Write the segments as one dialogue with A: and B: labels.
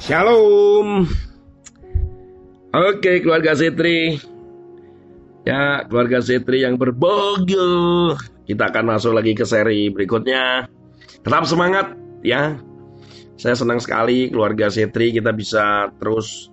A: Shalom. Oke, keluarga Setri. Ya, keluarga Setri yang berbahagia. Kita akan masuk lagi ke seri berikutnya. Tetap semangat ya. Saya senang sekali keluarga Setri kita bisa terus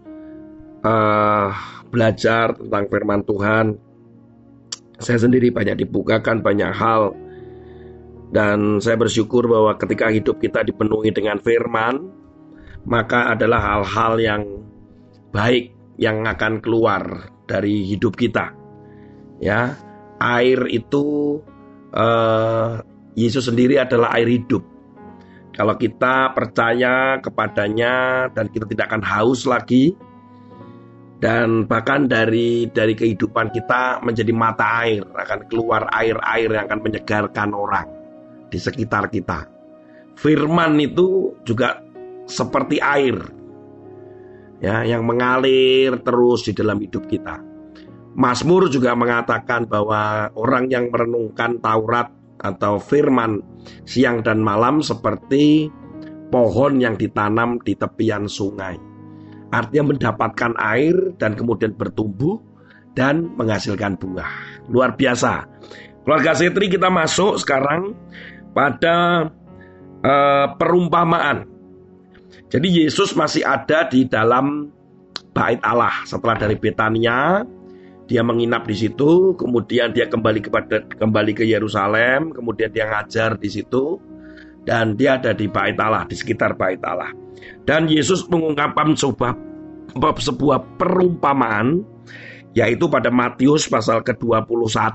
A: belajar tentang firman Tuhan. Saya sendiri banyak dibukakan banyak hal. Dan saya bersyukur bahwa ketika hidup kita dipenuhi dengan firman, maka adalah hal-hal yang baik yang akan keluar dari hidup kita. Ya, air itu Yesus sendiri adalah air hidup. Kalau kita percaya kepadanya dan kita tidak akan haus lagi, dan bahkan dari kehidupan kita menjadi mata air, akan keluar air-air yang akan menyegarkan orang di sekitar kita. Firman itu juga seperti air ya, yang mengalir terus di dalam hidup kita. Mazmur juga mengatakan bahwa orang yang merenungkan Taurat atau firman siang dan malam seperti pohon yang ditanam di tepian sungai. Artinya mendapatkan air dan kemudian bertumbuh dan menghasilkan buah. Luar biasa. Keluarga Setri, kita masuk sekarang pada perumpamaan. Jadi Yesus masih ada di dalam bait Allah. Setelah dari Betania, dia menginap di situ, kemudian dia kembali ke Yerusalem, kemudian dia ngajar di situ, dan dia ada di bait Allah, di sekitar bait Allah. Dan Yesus mengungkapkan sebuah perumpamaan, yaitu pada Matius pasal ke-21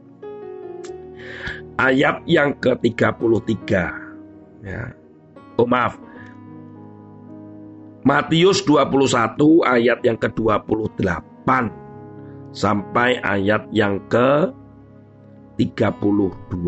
A: ayat yang ke-33 ya. Matius 21 ayat yang ke-28 sampai ayat yang ke-32.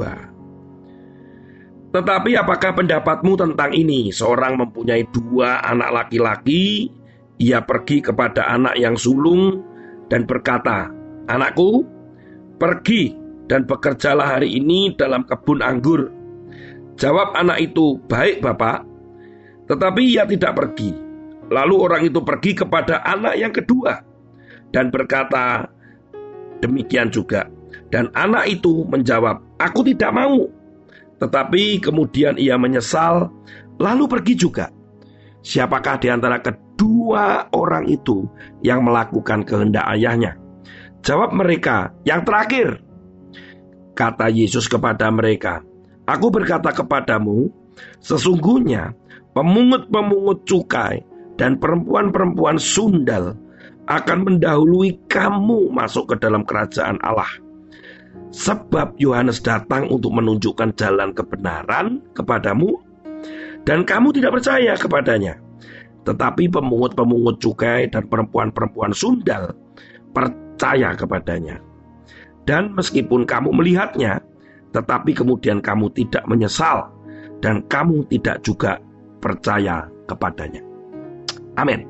A: Tetapi apakah pendapatmu tentang ini? Seorang mempunyai 2 anak laki-laki. Ia pergi kepada anak yang sulung dan berkata, "Anakku, pergi dan bekerjalah hari ini dalam kebun anggur." Jawab anak itu, "Baik, Bapak." Tetapi ia tidak pergi. Lalu orang itu pergi kepada anak yang kedua dan berkata demikian juga. Dan anak itu menjawab, "Aku tidak mau." Tetapi kemudian ia menyesal, lalu pergi juga. Siapakah di antara kedua orang itu yang melakukan kehendak ayahnya? Jawab mereka, "Yang terakhir." Kata Yesus kepada mereka, "Aku berkata kepadamu, sesungguhnya pemungut-pemungut cukai dan perempuan-perempuan sundal akan mendahului kamu masuk ke dalam kerajaan Allah. Sebab Yohanes datang untuk menunjukkan jalan kebenaran kepadamu, dan kamu tidak percaya kepadanya. Tetapi pemungut-pemungut cukai dan perempuan-perempuan sundal percaya kepadanya. Dan meskipun kamu melihatnya, tetapi kemudian kamu tidak menyesal, dan kamu tidak juga percaya kepadanya." Amin.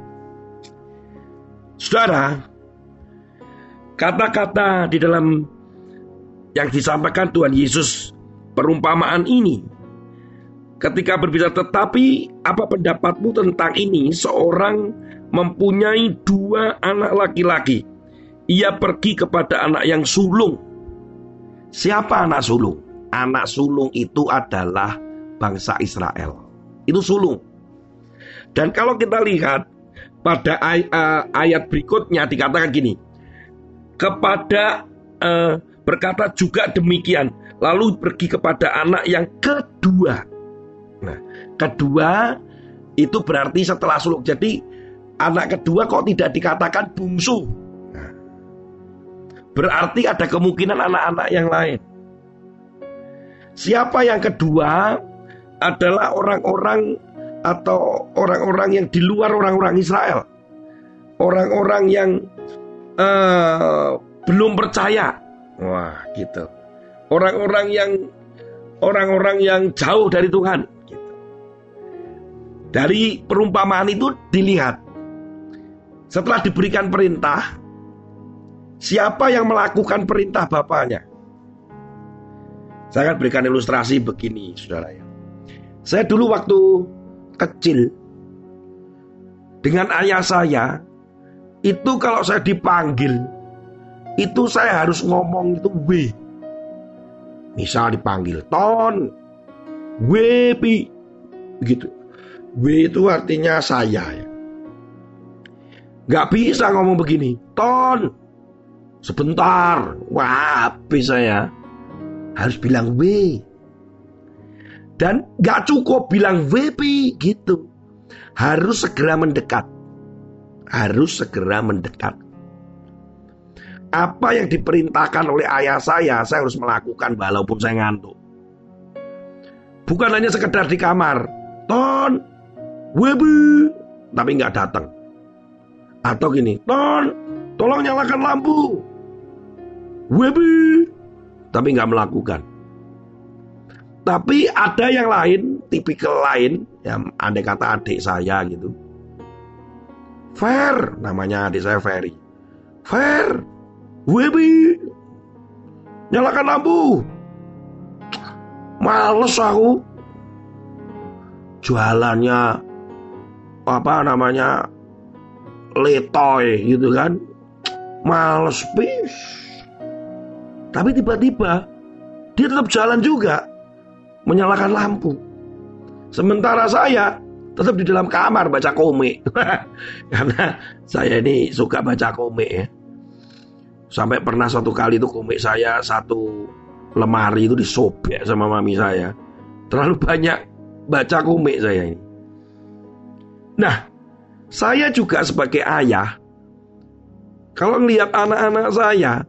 A: Saudara, kata-kata di dalam yang disampaikan Tuhan Yesus perumpamaan ini, ketika berbicara, "Tetapi apa pendapatmu tentang ini? Seorang mempunyai 2 anak laki-laki. Ia pergi kepada anak yang sulung." Siapa anak sulung? Anak sulung itu adalah bangsa Israel. Itu sulung. Dan kalau kita lihat pada ayat berikutnya dikatakan gini, berkata juga demikian, lalu pergi kepada anak yang kedua. Nah, kedua itu berarti setelah sulung. Jadi anak kedua kok tidak dikatakan bungsu? Nah, berarti ada kemungkinan anak-anak yang lain. Siapa yang kedua? Adalah orang-orang atau orang-orang yang di luar orang-orang Israel, orang-orang yang belum percaya. Wah, gitu. Orang-orang yang jauh dari Tuhan. Gitu. Dari perumpamaan itu dilihat, setelah diberikan perintah, siapa yang melakukan perintah bapaknya? Saya akan berikan ilustrasi begini, saudara ya. Saya dulu waktu kecil, dengan ayah saya, itu kalau saya dipanggil, itu saya harus ngomong itu W. Misal dipanggil Ton, W Pi, begitu. W itu artinya saya ya. Gak bisa ngomong begini, Ton, sebentar, wah habis saya. Harus bilang W. Dan gak cukup bilang W Pi, gitu. Harus segera mendekat. Harus segera mendekat. Apa yang diperintahkan oleh ayah saya harus melakukan walaupun saya ngantuk. Bukan hanya sekedar di kamar, Ton, Webi, tapi nggak datang. Atau gini, Ton, tolong nyalakan lampu, Webi, tapi nggak melakukan. Tapi ada yang lain, tipikal lain, yang andai kata adik saya gitu. Fer, namanya adik saya Ferry. Fer, Webi, nyalakan lampu. Males aku. Jualannya apa namanya, letoy gitu kan. Males pis. Tapi tiba-tiba dia tetap jalan juga, menyalakan lampu. Sementara saya tetap di dalam kamar baca komik. Karena saya ini suka baca komik ya. Sampai pernah suatu kali itu komik saya satu lemari itu disobek sama mami saya. Terlalu banyak baca komik saya ini. Nah, saya juga sebagai ayah, kalau ngelihat anak-anak saya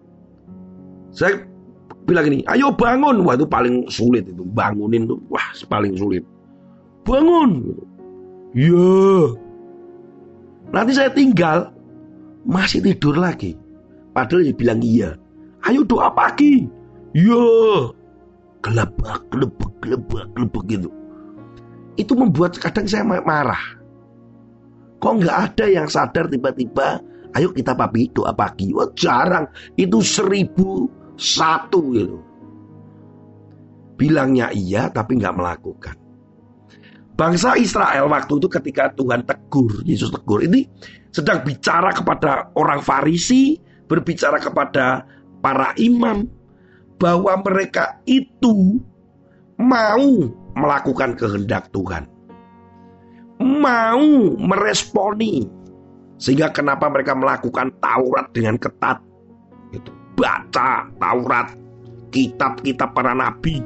A: bilang gini, ayo bangun. Wah, itu paling sulit itu, bangunin tuh, wah paling sulit. Bangun. Ya. Nanti saya tinggal masih tidur lagi. Padahal dia bilang iya. Ayo doa pagi. Ya. Gelebak gitu. Itu membuat kadang saya marah. Kok nggak ada yang sadar tiba-tiba, ayo kita papi doa pagi. Wah, jarang. Itu 1001 gitu. Bilangnya iya tapi nggak melakukan. Bangsa Israel waktu itu ketika Tuhan tegur, Yesus tegur, ini sedang bicara kepada orang Farisi, berbicara kepada para imam, bahwa mereka itu mau melakukan kehendak Tuhan, mau meresponi, sehingga kenapa mereka melakukan Taurat dengan ketat, itu baca Taurat, kitab-kitab para nabi,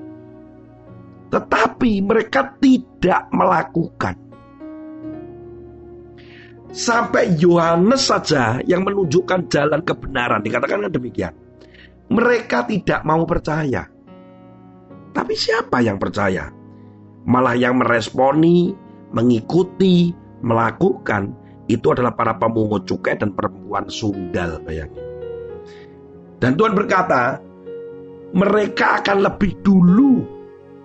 A: tetapi mereka tidak melakukan. Sampai Yohanes saja yang menunjukkan jalan kebenaran, dikatakan demikian. Mereka tidak mau percaya. Tapi siapa yang percaya? Malah yang meresponi, mengikuti, melakukan, itu adalah para pemungut cukai dan perempuan sundal, bayangin. Dan Tuhan berkata, mereka akan lebih dulu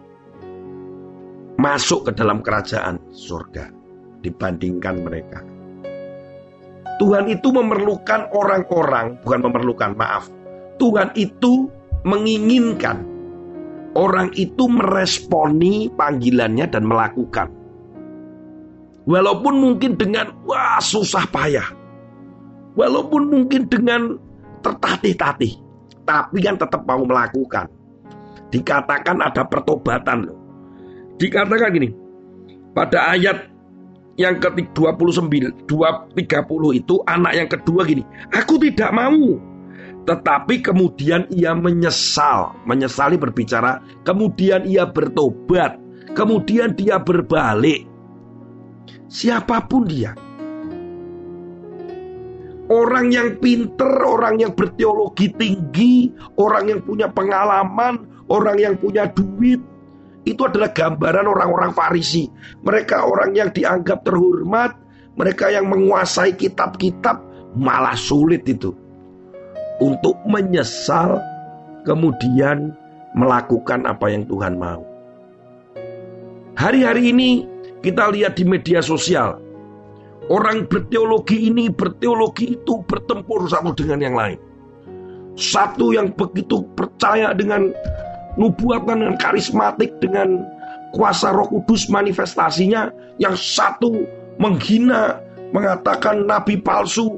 A: masuk ke dalam kerajaan surga dibandingkan mereka. Tuhan itu memerlukan orang-orang, bukan memerlukan, maaf. Tuhan itu menginginkan orang itu meresponi panggilannya dan melakukan. Walaupun mungkin dengan susah payah. Walaupun mungkin dengan tertatih-tatih, tapi kan tetap mau melakukan. Dikatakan ada pertobatan loh. Dikatakan gini, pada ayat yang ke-29, 30 itu anak yang kedua gini, aku tidak mau. Tetapi kemudian ia menyesali berbicara, kemudian ia bertobat, kemudian dia berbalik. Siapapun dia, orang yang pinter, orang yang berteologi tinggi, orang yang punya pengalaman, orang yang punya duit, itu adalah gambaran orang-orang Farisi. Mereka orang yang dianggap terhormat, mereka yang menguasai kitab-kitab, malah sulit itu untuk menyesal kemudian melakukan apa yang Tuhan mau. Hari-hari ini kita lihat di media sosial, orang berteologi ini, berteologi itu bertempur satu dengan yang lain. Satu yang begitu percaya dengan nubuatan, dengan karismatik, dengan kuasa Roh Kudus manifestasinya, yang satu menghina mengatakan nabi palsu,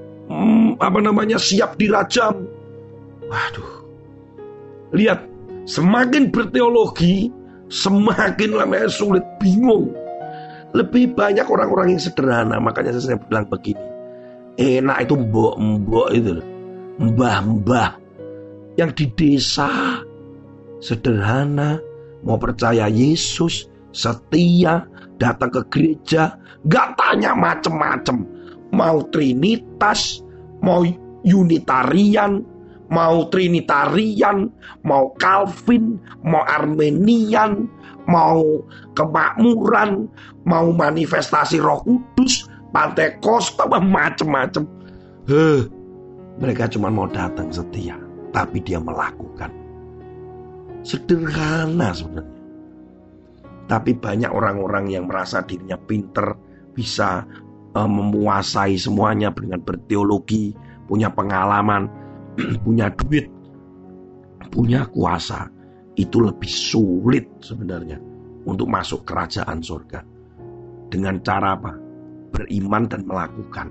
A: siap dirajam. Waduh, lihat, semakin berteologi, semakin lamanya sulit, bingung. Lebih banyak orang-orang yang sederhana. Makanya saya bilang begini, enak itu mbok-mbok itu loh, mbah-mbah yang di desa, sederhana, mau percaya Yesus, setia, datang ke gereja, gak tanya macem-macem, mau Trinitas, mau Unitarian, mau Trinitarian, mau Calvin, mau Armenian, mau kemakmuran, mau manifestasi Roh Kudus, Pantekosta, macem-macem. Mereka cuma mau datang setia, tapi dia melakukan. Sederhana sebenarnya. Tapi banyak orang-orang yang merasa dirinya pinter, bisa memuasai semuanya dengan berteologi, punya pengalaman, punya duit, punya kuasa. Itu lebih sulit sebenarnya untuk masuk kerajaan surga. Dengan cara apa? Beriman dan melakukan.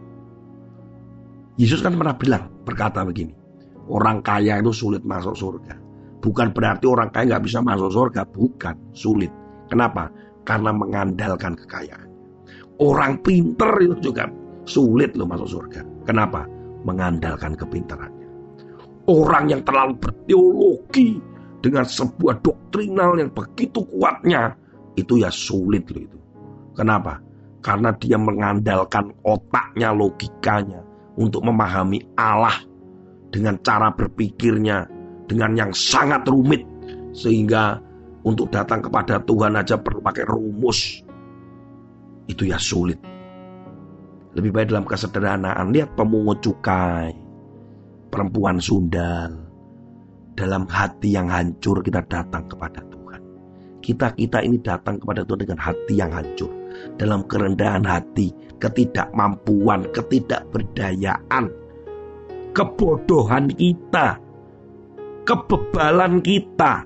A: Yesus kan pernah berkata begini, orang kaya itu sulit masuk surga. Bukan berarti orang kaya gak bisa masuk surga, bukan, sulit. Kenapa? Karena mengandalkan kekayaan. Orang pinter itu juga sulit loh masuk surga. Kenapa? Mengandalkan kepintarannya. Orang yang terlalu berteologi dengan sebuah doktrinal yang begitu kuatnya, itu ya sulit loh itu. Kenapa? Karena dia mengandalkan otaknya, logikanya untuk memahami Allah dengan cara berpikirnya, dengan yang sangat rumit, sehingga untuk datang kepada Tuhan aja perlu pakai rumus. Itu ya sulit. Lebih baik dalam kesederhanaan. Lihat pemungut cukai, perempuan sundal. Dalam hati yang hancur kita datang kepada Tuhan. Kita ini datang kepada Tuhan dengan hati yang hancur. Dalam kerendahan hati, ketidakmampuan, ketidakberdayaan, kebodohan kita, kebebalan kita,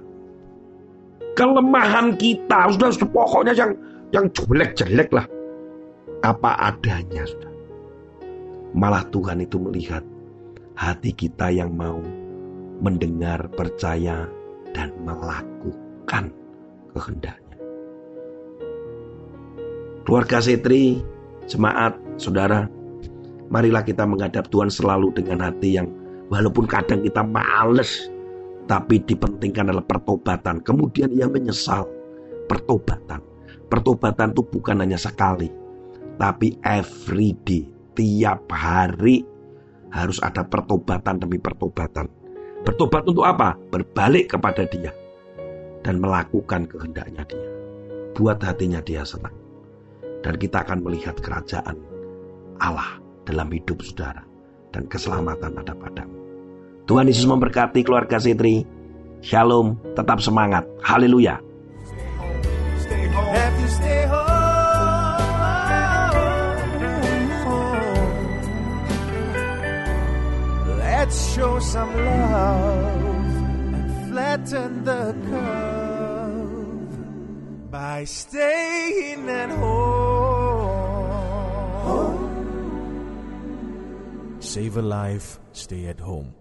A: kelemahan kita, sudah pokoknya yang jelek-jelek lah, apa adanya sudah. Malah Tuhan itu melihat hati kita yang mau mendengar, percaya, dan melakukan kehendaknya. Keluarga Setri, jemaat, saudara, marilah kita menghadap Tuhan selalu dengan hati yang walaupun kadang kita males, tapi dipentingkan adalah pertobatan. Kemudian ia menyesal. Pertobatan. Pertobatan itu bukan hanya sekali, tapi every day. Tiap hari harus ada pertobatan demi pertobatan. Bertobat untuk apa? Berbalik kepada Dia dan melakukan kehendaknya Dia. Buat hatinya Dia senang. Dan kita akan melihat kerajaan Allah dalam hidup saudara, dan keselamatan ada padamu. Tuhan Yesus memberkati keluarga Setri. Shalom, tetap semangat. Haleluya.
B: Let's show some love and flatten the curve by staying at home. Save a life, stay at home.